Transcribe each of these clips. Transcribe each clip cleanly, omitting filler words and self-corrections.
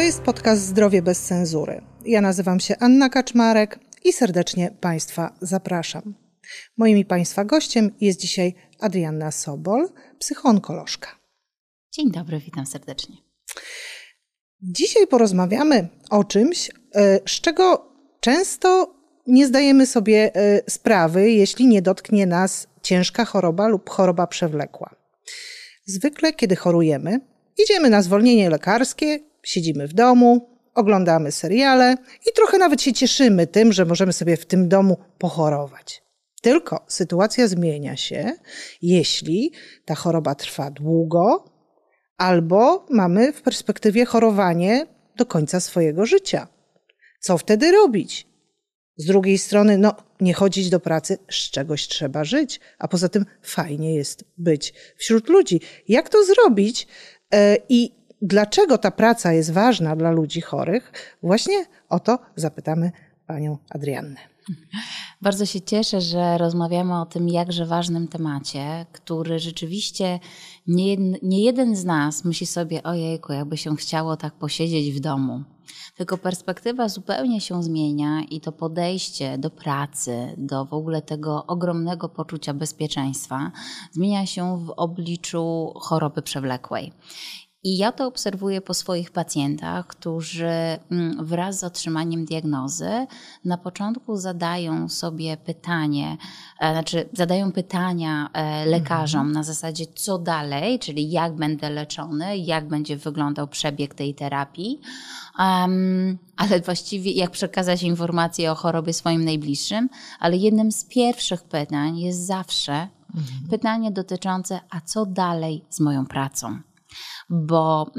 To jest podcast Zdrowie bez cenzury. Ja nazywam się Anna Kaczmarek i serdecznie Państwa zapraszam. Moim i Państwa gościem jest dzisiaj Adrianna Sobol, psychoonkolożka. Dzień dobry, witam serdecznie. Dzisiaj porozmawiamy o czymś, z czego często nie zdajemy sobie sprawy, jeśli nie dotknie nas ciężka choroba lub choroba przewlekła. Zwykle, kiedy chorujemy, idziemy na zwolnienie lekarskie, siedzimy w domu, oglądamy seriale i trochę nawet się cieszymy tym, że możemy sobie w tym domu pochorować. Tylko sytuacja zmienia się, jeśli ta choroba trwa długo albo mamy w perspektywie chorowanie do końca swojego życia. Co wtedy robić? Z drugiej strony, nie chodzić do pracy, z czegoś trzeba żyć, a poza tym fajnie jest być wśród ludzi. Jak to zrobić i dlaczego ta praca jest ważna dla ludzi chorych? Właśnie o to zapytamy panią Adriannę. Bardzo się cieszę, że rozmawiamy o tym jakże ważnym temacie, który rzeczywiście nie jeden z nas myśli sobie, ojejku, jakby się chciało tak posiedzieć w domu. Tylko perspektywa zupełnie się zmienia i to podejście do pracy, do w ogóle tego ogromnego poczucia bezpieczeństwa zmienia się w obliczu choroby przewlekłej. I ja to obserwuję po swoich pacjentach, którzy wraz z otrzymaniem diagnozy na początku zadają pytania lekarzom na zasadzie co dalej, czyli jak będę leczony, jak będzie wyglądał przebieg tej terapii, ale właściwie jak przekazać informacje o chorobie swoim najbliższym, ale jednym z pierwszych pytań jest zawsze pytanie dotyczące, a co dalej z moją pracą? Bo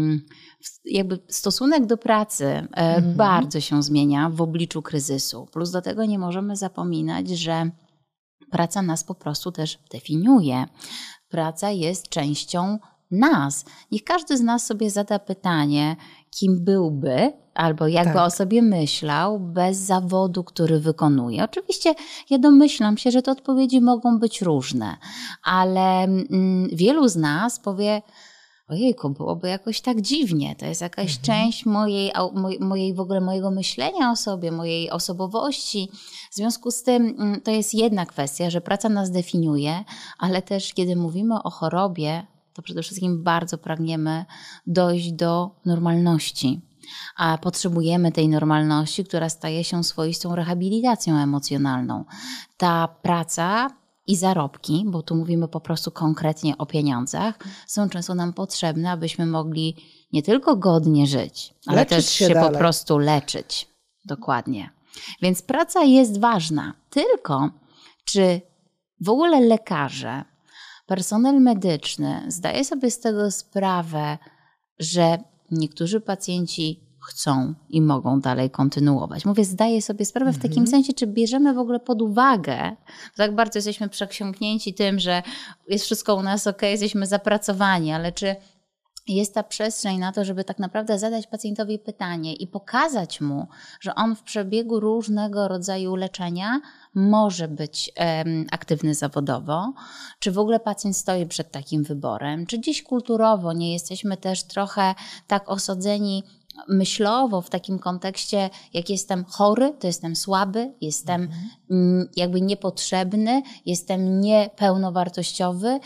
jakby stosunek do pracy bardzo się zmienia w obliczu kryzysu. Plus do tego nie możemy zapominać, że praca nas po prostu też definiuje. Praca jest częścią nas. Niech każdy z nas sobie zada pytanie, kim byłby albo jakby o sobie myślał bez zawodu, który wykonuje. Oczywiście ja domyślam się, że te odpowiedzi mogą być różne, ale wielu z nas powie, ojejku, byłoby jakoś tak dziwnie. To jest jakaś część mojej w ogóle mojego myślenia o sobie, mojej osobowości. W związku z tym to jest jedna kwestia, że praca nas definiuje, ale też kiedy mówimy o chorobie, to przede wszystkim bardzo pragniemy dojść do normalności. A potrzebujemy tej normalności, która staje się swoistą rehabilitacją emocjonalną. Ta praca i zarobki, bo tu mówimy po prostu konkretnie o pieniądzach, są często nam potrzebne, abyśmy mogli nie tylko godnie żyć, ale leczyć też się dalej. Po prostu leczyć. Dokładnie. Więc praca jest ważna. Tylko czy w ogóle lekarze, personel medyczny zdaje sobie z tego sprawę, że niektórzy pacjenci chcą i mogą dalej kontynuować. Mówię, zdaję sobie sprawę w takim sensie, czy bierzemy w ogóle pod uwagę, tak bardzo jesteśmy przesiąknięci tym, że jest wszystko u nas okej, jesteśmy zapracowani, ale czy jest ta przestrzeń na to, żeby tak naprawdę zadać pacjentowi pytanie i pokazać mu, że on w przebiegu różnego rodzaju leczenia może być aktywny zawodowo, czy w ogóle pacjent stoi przed takim wyborem, czy gdzieś kulturowo nie jesteśmy też trochę tak osadzeni myślowo w takim kontekście, jak jestem chory, to jestem słaby, jestem jakby niepotrzebny, jestem niepełnowartościowy,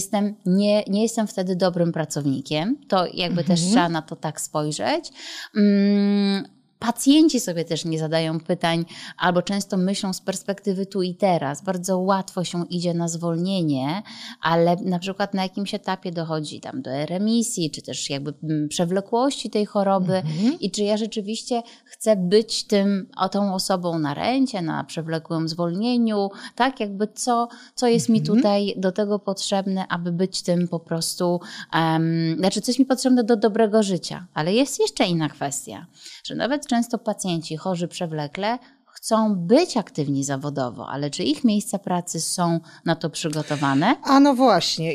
nie jestem wtedy dobrym pracownikiem. To jakby też trzeba na to tak spojrzeć. Pacjenci sobie też nie zadają pytań albo często myślą z perspektywy tu i teraz. Bardzo łatwo się idzie na zwolnienie, ale na przykład na jakimś etapie dochodzi tam do remisji, czy też jakby przewlekłości tej choroby i czy ja rzeczywiście chcę być tą osobą na rencie, na przewlekłym zwolnieniu, tak jakby co jest mi tutaj do tego potrzebne, aby być tym po prostu, co jest mi potrzebne do dobrego życia. Ale jest jeszcze inna kwestia, że nawet często pacjenci chorzy przewlekle chcą być aktywni zawodowo, ale czy ich miejsca pracy są na to przygotowane? A no właśnie,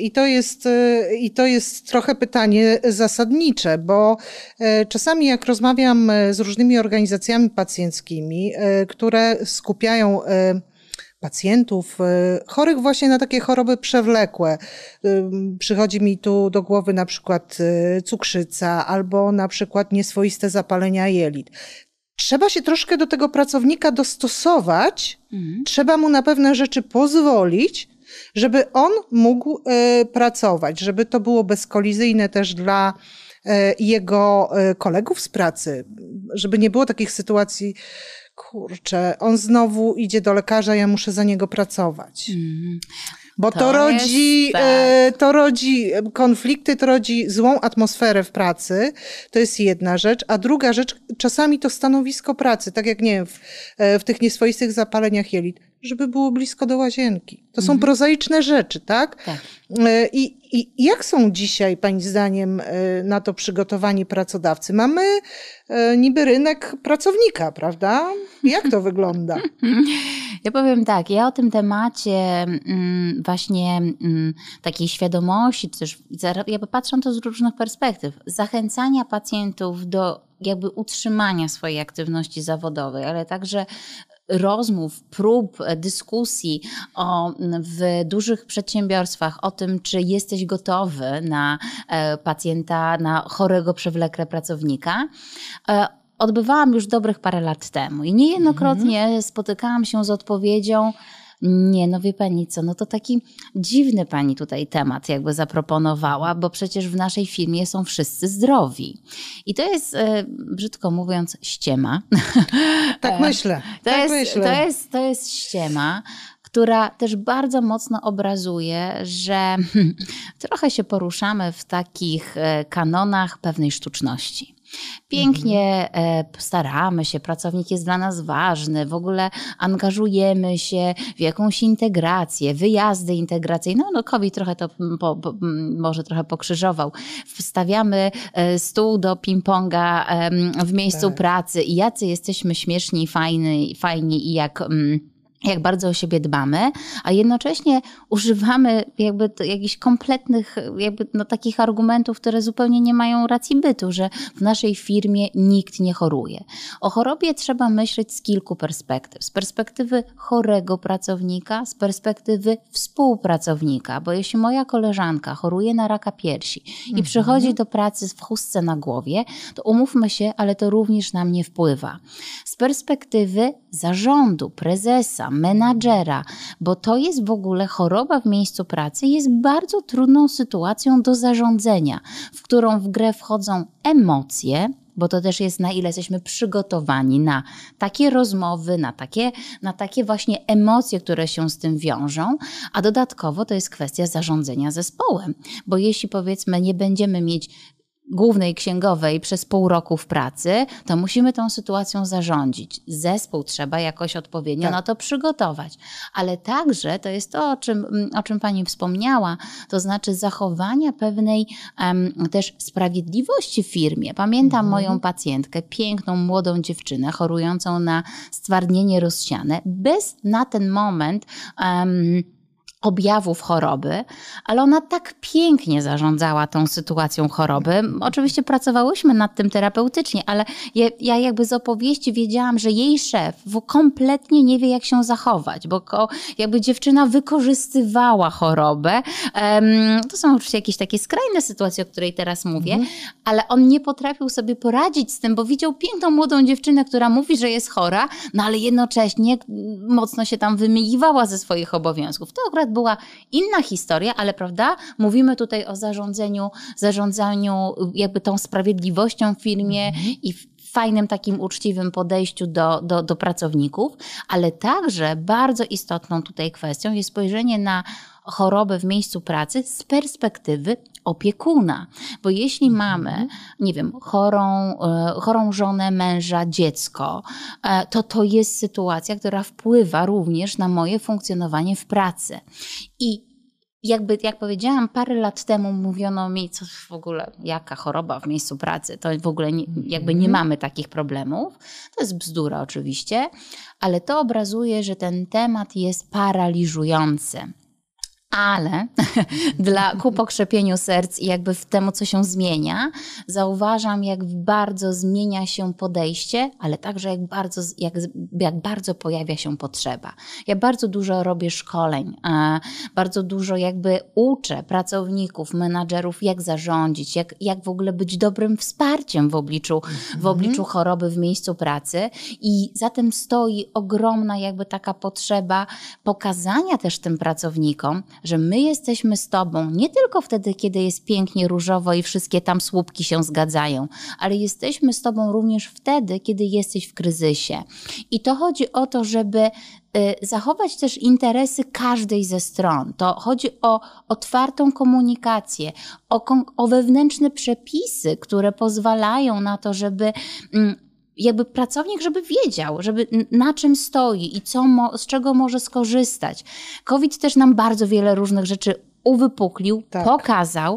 i to jest trochę pytanie zasadnicze, bo czasami jak rozmawiam z różnymi organizacjami pacjenckimi, które skupiają pacjentów chorych właśnie na takie choroby przewlekłe. Przychodzi mi tu do głowy na przykład cukrzyca albo na przykład nieswoiste zapalenia jelit. Trzeba się troszkę do tego pracownika dostosować, trzeba mu na pewne rzeczy pozwolić, żeby on mógł pracować, żeby to było bezkolizyjne też dla jego kolegów z pracy, żeby nie było takich sytuacji, kurczę, on znowu idzie do lekarza, ja muszę za niego pracować. Bo to rodzi konflikty, to rodzi złą atmosferę w pracy. To jest jedna rzecz. A druga rzecz, czasami to stanowisko pracy, tak jak nie wiem, w tych nieswoistych zapaleniach jelit, żeby było blisko do łazienki. To są prozaiczne rzeczy, tak? Tak. I jak są dzisiaj, pani zdaniem, na to przygotowani pracodawcy? Mamy niby rynek pracownika, prawda? Jak to wygląda? Ja powiem tak, ja o tym temacie właśnie takiej świadomości, też ja patrzę to z różnych perspektyw, zachęcania pacjentów do jakby utrzymania swojej aktywności zawodowej, ale także rozmów, prób, dyskusji w dużych przedsiębiorstwach o tym, czy jesteś gotowy na pacjenta, na chorego przewlekle pracownika, odbywałam już dobrych parę lat temu i niejednokrotnie spotykałam się z odpowiedzią: nie, no wie pani co, no to taki dziwny pani tutaj temat jakby zaproponowała, bo przecież w naszej firmie są wszyscy zdrowi. I to jest, brzydko mówiąc, ściema. Tak myślę. To jest ściema, która też bardzo mocno obrazuje, że trochę się poruszamy w takich kanonach pewnej sztuczności. Pięknie staramy się, pracownik jest dla nas ważny, w ogóle angażujemy się w jakąś integrację, wyjazdy integracyjne. No COVID trochę to może trochę pokrzyżował. Wstawiamy stół do ping-ponga w miejscu pracy i jacy jesteśmy śmieszni, fajni i jak bardzo o siebie dbamy, a jednocześnie używamy jakby jakichś kompletnych takich argumentów, które zupełnie nie mają racji bytu, że w naszej firmie nikt nie choruje. O chorobie trzeba myśleć z kilku perspektyw. Z perspektywy chorego pracownika, z perspektywy współpracownika, bo jeśli moja koleżanka choruje na raka piersi i przychodzi do pracy w chustce na głowie, to umówmy się, ale to również na mnie wpływa. Z perspektywy zarządu, prezesa, menadżera, bo to jest w ogóle choroba w miejscu pracy, jest bardzo trudną sytuacją do zarządzania, w którą w grę wchodzą emocje, bo to też jest, na ile jesteśmy przygotowani na takie rozmowy, na takie właśnie emocje, które się z tym wiążą, a dodatkowo to jest kwestia zarządzania zespołem, bo jeśli powiedzmy nie będziemy mieć głównej księgowej przez pół roku w pracy, to musimy tą sytuacją zarządzić. Zespół trzeba jakoś odpowiednio na to przygotować. Ale także to jest to, o czym pani wspomniała, to znaczy zachowania pewnej też sprawiedliwości w firmie. Pamiętam moją pacjentkę, piękną, młodą dziewczynę chorującą na stwardnienie rozsiane, bez na ten moment objawów choroby, ale ona tak pięknie zarządzała tą sytuacją choroby. Oczywiście pracowałyśmy nad tym terapeutycznie, ale ja jakby z opowieści wiedziałam, że jej szef kompletnie nie wie, jak się zachować, bo jakby dziewczyna wykorzystywała chorobę. To są oczywiście jakieś takie skrajne sytuacje, o której teraz mówię, ale on nie potrafił sobie poradzić z tym, bo widział piękną młodą dziewczynę, która mówi, że jest chora, no ale jednocześnie mocno się tam wymygiwała ze swoich obowiązków. To akurat była inna historia, ale prawda, mówimy tutaj o zarządzaniu jakby tą sprawiedliwością w firmie i fajnym takim uczciwym podejściu do pracowników, ale także bardzo istotną tutaj kwestią jest spojrzenie na chorobę w miejscu pracy z perspektywy opiekuna. Bo jeśli mamy, nie wiem, chorą żonę, męża, dziecko, to jest sytuacja, która wpływa również na moje funkcjonowanie w pracy. I jak powiedziałam, parę lat temu mówiono mi, co w ogóle, jaka choroba w miejscu pracy, to w ogóle nie mamy takich problemów. To jest bzdura oczywiście, ale to obrazuje, że ten temat jest paraliżujący. Ale ku pokrzepieniu serc i jakby w temu, co się zmienia, zauważam, jak bardzo zmienia się podejście, ale także jak bardzo pojawia się potrzeba. Ja bardzo dużo robię szkoleń, bardzo dużo jakby uczę pracowników, menadżerów, jak zarządzić, jak w ogóle być dobrym wsparciem w obliczu choroby w miejscu pracy i za tym stoi ogromna jakby taka potrzeba pokazania też tym pracownikom, że my jesteśmy z tobą nie tylko wtedy, kiedy jest pięknie różowo i wszystkie tam słupki się zgadzają, ale jesteśmy z tobą również wtedy, kiedy jesteś w kryzysie. I to chodzi o to, żeby zachować też interesy każdej ze stron. To chodzi o otwartą komunikację, o wewnętrzne przepisy, które pozwalają na to, żeby jakby pracownik, żeby wiedział, na czym stoi i z czego może skorzystać. COVID też nam bardzo wiele różnych rzeczy uwypuklił, pokazał.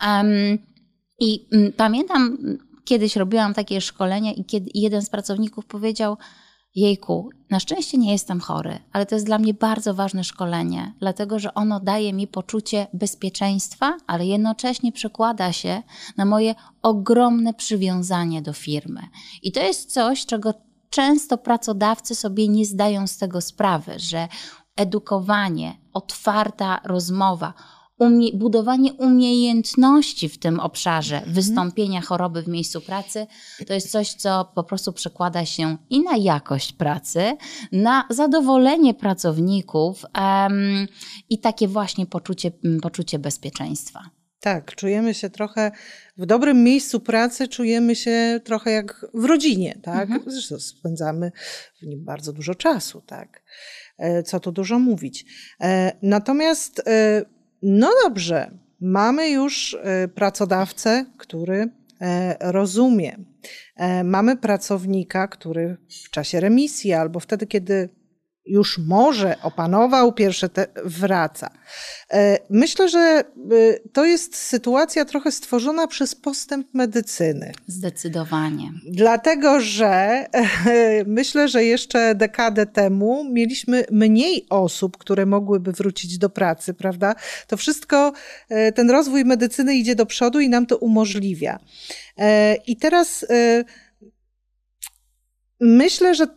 I pamiętam, kiedyś robiłam takie szkolenia i kiedy jeden z pracowników powiedział: jejku, na szczęście nie jestem chory, ale to jest dla mnie bardzo ważne szkolenie, dlatego że ono daje mi poczucie bezpieczeństwa, ale jednocześnie przekłada się na moje ogromne przywiązanie do firmy. I to jest coś, czego często pracodawcy sobie nie zdają z tego sprawy, że edukowanie, otwarta rozmowa, budowanie umiejętności w tym obszarze wystąpienia choroby w miejscu pracy, to jest coś, co po prostu przekłada się i na jakość pracy, na zadowolenie pracowników i takie właśnie poczucie bezpieczeństwa. Tak, czujemy się trochę w dobrym miejscu pracy, czujemy się trochę jak w rodzinie, tak? Zresztą spędzamy w nim bardzo dużo czasu, tak? Co tu dużo mówić. Natomiast no dobrze, mamy już pracodawcę, który rozumie. Mamy pracownika, który w czasie remisji albo wtedy, kiedy już może opanował pierwsze wraca. Myślę, że to jest sytuacja trochę stworzona przez postęp medycyny. Zdecydowanie. Dlatego, że myślę, że jeszcze dekadę temu mieliśmy mniej osób, które mogłyby wrócić do pracy, prawda? To wszystko, ten rozwój medycyny idzie do przodu i nam to umożliwia. I teraz myślę, że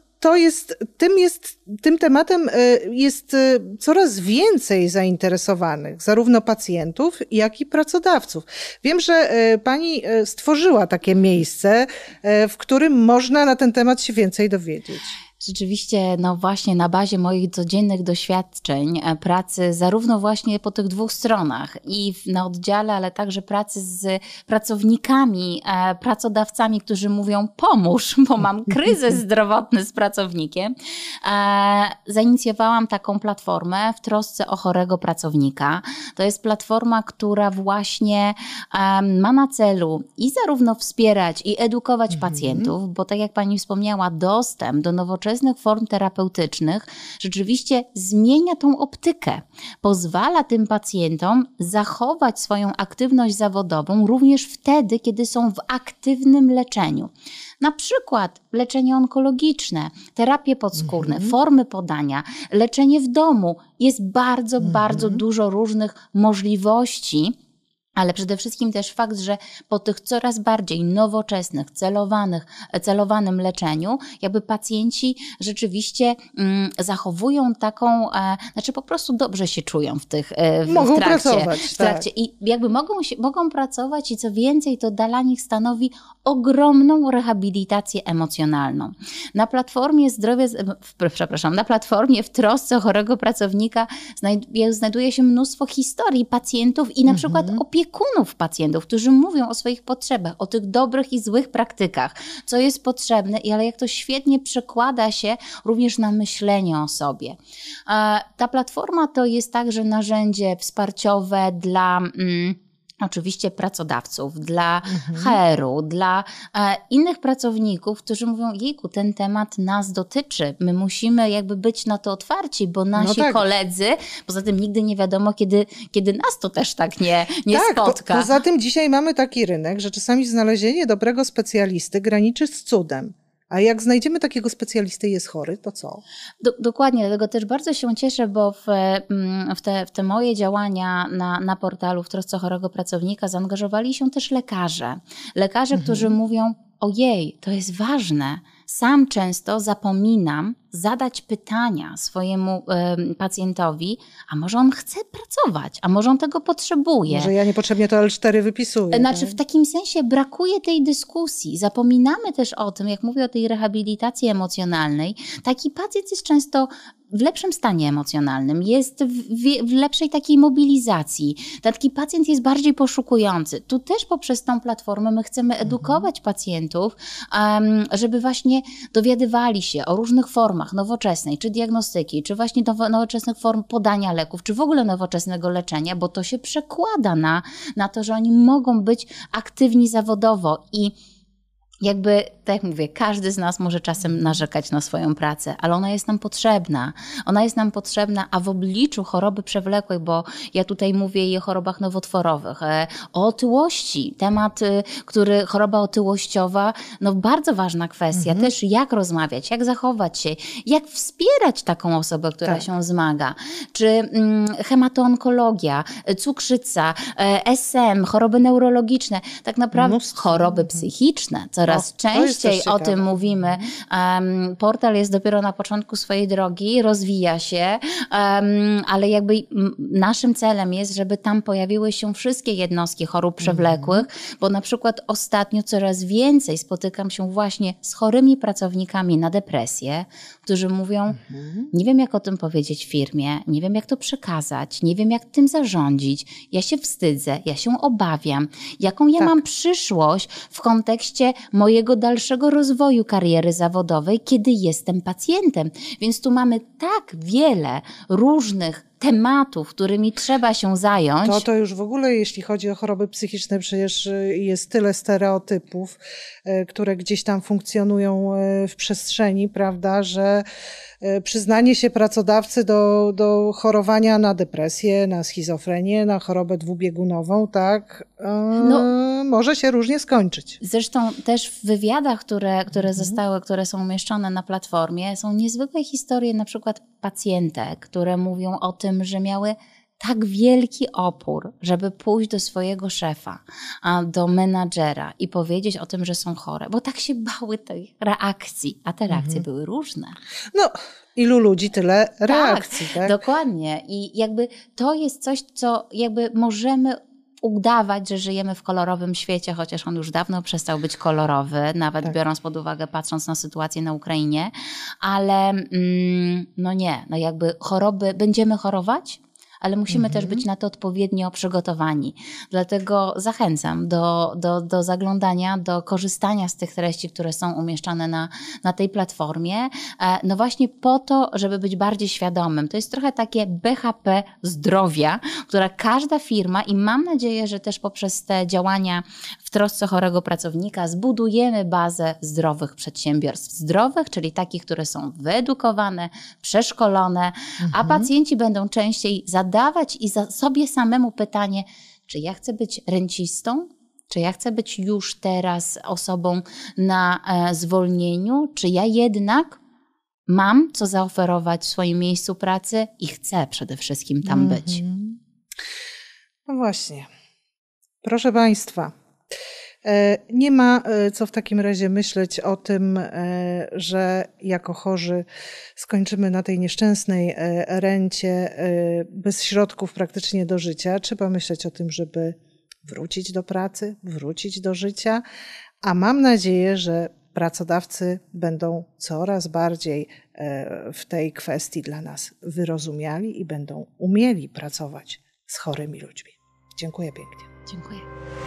tym tematem jest coraz więcej zainteresowanych, zarówno pacjentów, jak i pracodawców. Wiem, że pani stworzyła takie miejsce, w którym można na ten temat się więcej dowiedzieć. Rzeczywiście, no właśnie na bazie moich codziennych doświadczeń pracy zarówno właśnie po tych dwóch stronach i na oddziale, ale także pracy z pracownikami, pracodawcami, którzy mówią: pomóż, bo mam kryzys zdrowotny z pracownikiem. Zainicjowałam taką platformę w trosce o chorego pracownika. To jest platforma, która właśnie ma na celu i zarówno wspierać i edukować pacjentów, bo tak jak pani wspomniała, dostęp do nowoczesnych form terapeutycznych rzeczywiście zmienia tą optykę. Pozwala tym pacjentom zachować swoją aktywność zawodową również wtedy, kiedy są w aktywnym leczeniu. Na przykład leczenie onkologiczne, terapie podskórne, formy podania, leczenie w domu. Jest bardzo dużo różnych możliwości. Ale przede wszystkim też fakt, że po tych coraz bardziej nowoczesnych, celowanym leczeniu, jakby pacjenci rzeczywiście zachowują taką, znaczy po prostu dobrze się czują w trakcie. I jakby mogą pracować i co więcej, to dla nich stanowi ogromną rehabilitację emocjonalną. Na platformie na platformie w trosce o chorego pracownika znajduje się mnóstwo historii pacjentów i na przykład opiekunów pacjentów, którzy mówią o swoich potrzebach, o tych dobrych i złych praktykach, co jest potrzebne, ale jak to świetnie przekłada się również na myślenie o sobie. Ta platforma to jest także narzędzie wsparciowe dla oczywiście pracodawców, dla HR-u, dla innych pracowników, którzy mówią: jejku, ten temat nas dotyczy, my musimy jakby być na to otwarci, bo nasi koledzy, poza tym nigdy nie wiadomo, kiedy nas to też tak nie spotka. Poza tym dzisiaj mamy taki rynek, że czasami znalezienie dobrego specjalisty graniczy z cudem. A jak znajdziemy takiego specjalisty i jest chory, to co? Dokładnie, dlatego też bardzo się cieszę, bo w te moje działania na portalu w trosce o chorego pracownika zaangażowali się też lekarze. Lekarze, którzy mówią, ojej, to jest ważne. Sam często zapominam zadać pytania swojemu pacjentowi, a może on chce pracować, a może on tego potrzebuje. Może ja niepotrzebnie to L4 wypisuję. Znaczy tak? w takim sensie brakuje tej dyskusji. Zapominamy też o tym, jak mówię o tej rehabilitacji emocjonalnej, taki pacjent jest często w lepszym stanie emocjonalnym, jest w lepszej takiej mobilizacji. Taki pacjent jest bardziej poszukujący. Tu też poprzez tą platformę my chcemy edukować pacjentów, żeby właśnie dowiadywali się o różnych formach nowoczesnej, czy diagnostyki, czy właśnie nowoczesnych form podania leków, czy w ogóle nowoczesnego leczenia, bo to się przekłada na to, że oni mogą być aktywni zawodowo i jakby, tak jak mówię, każdy z nas może czasem narzekać na swoją pracę, ale ona jest nam potrzebna. Ona jest nam potrzebna, a w obliczu choroby przewlekłej, bo ja tutaj mówię i o chorobach nowotworowych, o otyłości, temat, choroba otyłościowa, no bardzo ważna kwestia, też jak rozmawiać, jak zachować się, jak wspierać taką osobę, która się zmaga, czy hematoonkologia, cukrzyca, SM, choroby neurologiczne, tak naprawdę choroby psychiczne, coraz częściej o tym mówimy. Portal jest dopiero na początku swojej drogi, rozwija się, ale jakby naszym celem jest, żeby tam pojawiły się wszystkie jednostki chorób przewlekłych, bo na przykład ostatnio coraz więcej spotykam się właśnie z chorymi pracownikami na depresję, którzy mówią, nie wiem jak o tym powiedzieć w firmie, nie wiem jak to przekazać, nie wiem jak tym zarządzić, ja się wstydzę, ja się obawiam, jaką ja mam przyszłość w kontekście mojego dalszego rozwoju kariery zawodowej, kiedy jestem pacjentem. Więc tu mamy tak wiele różnych tematów, którymi trzeba się zająć. To już w ogóle, jeśli chodzi o choroby psychiczne, przecież jest tyle stereotypów, które gdzieś tam funkcjonują w przestrzeni, prawda, że przyznanie się pracodawcy do chorowania na depresję, na schizofrenię, na chorobę dwubiegunową, tak, może się różnie skończyć. Zresztą też w wywiadach, które są umieszczone na platformie, są niezwykłe historie na przykład pacjentek, które mówią o tym, że miały tak wielki opór, żeby pójść do swojego szefa, do menadżera i powiedzieć o tym, że są chore, bo tak się bały tej reakcji, a te reakcje były różne. No, ilu ludzi, tyle reakcji. Tak, dokładnie. I jakby to jest coś, co jakby możemy udawać, że żyjemy w kolorowym świecie, chociaż on już dawno przestał być kolorowy, nawet biorąc pod uwagę, patrząc na sytuację na Ukrainie, ale jakby choroby, będziemy chorować, ale musimy też być na to odpowiednio przygotowani. Dlatego zachęcam do zaglądania, do korzystania z tych treści, które są umieszczane na tej platformie. No właśnie po to, żeby być bardziej świadomym. To jest trochę takie BHP zdrowia, która każda firma i mam nadzieję, że też poprzez te działania w trosce o chorego pracownika zbudujemy bazę zdrowych przedsiębiorstw. Zdrowych, czyli takich, które są wyedukowane, przeszkolone, a pacjenci będą częściej zadawać i sobie samemu pytanie, czy ja chcę być rencistą? Czy ja chcę być już teraz osobą na zwolnieniu? Czy ja jednak mam co zaoferować w swoim miejscu pracy i chcę przede wszystkim tam być? No właśnie. Proszę Państwa, nie ma co w takim razie myśleć o tym, że jako chorzy skończymy na tej nieszczęsnej rencie bez środków praktycznie do życia. Trzeba myśleć o tym, żeby wrócić do pracy, wrócić do życia, a mam nadzieję, że pracodawcy będą coraz bardziej w tej kwestii dla nas wyrozumiali i będą umieli pracować z chorymi ludźmi. Dziękuję pięknie. Dziękuję.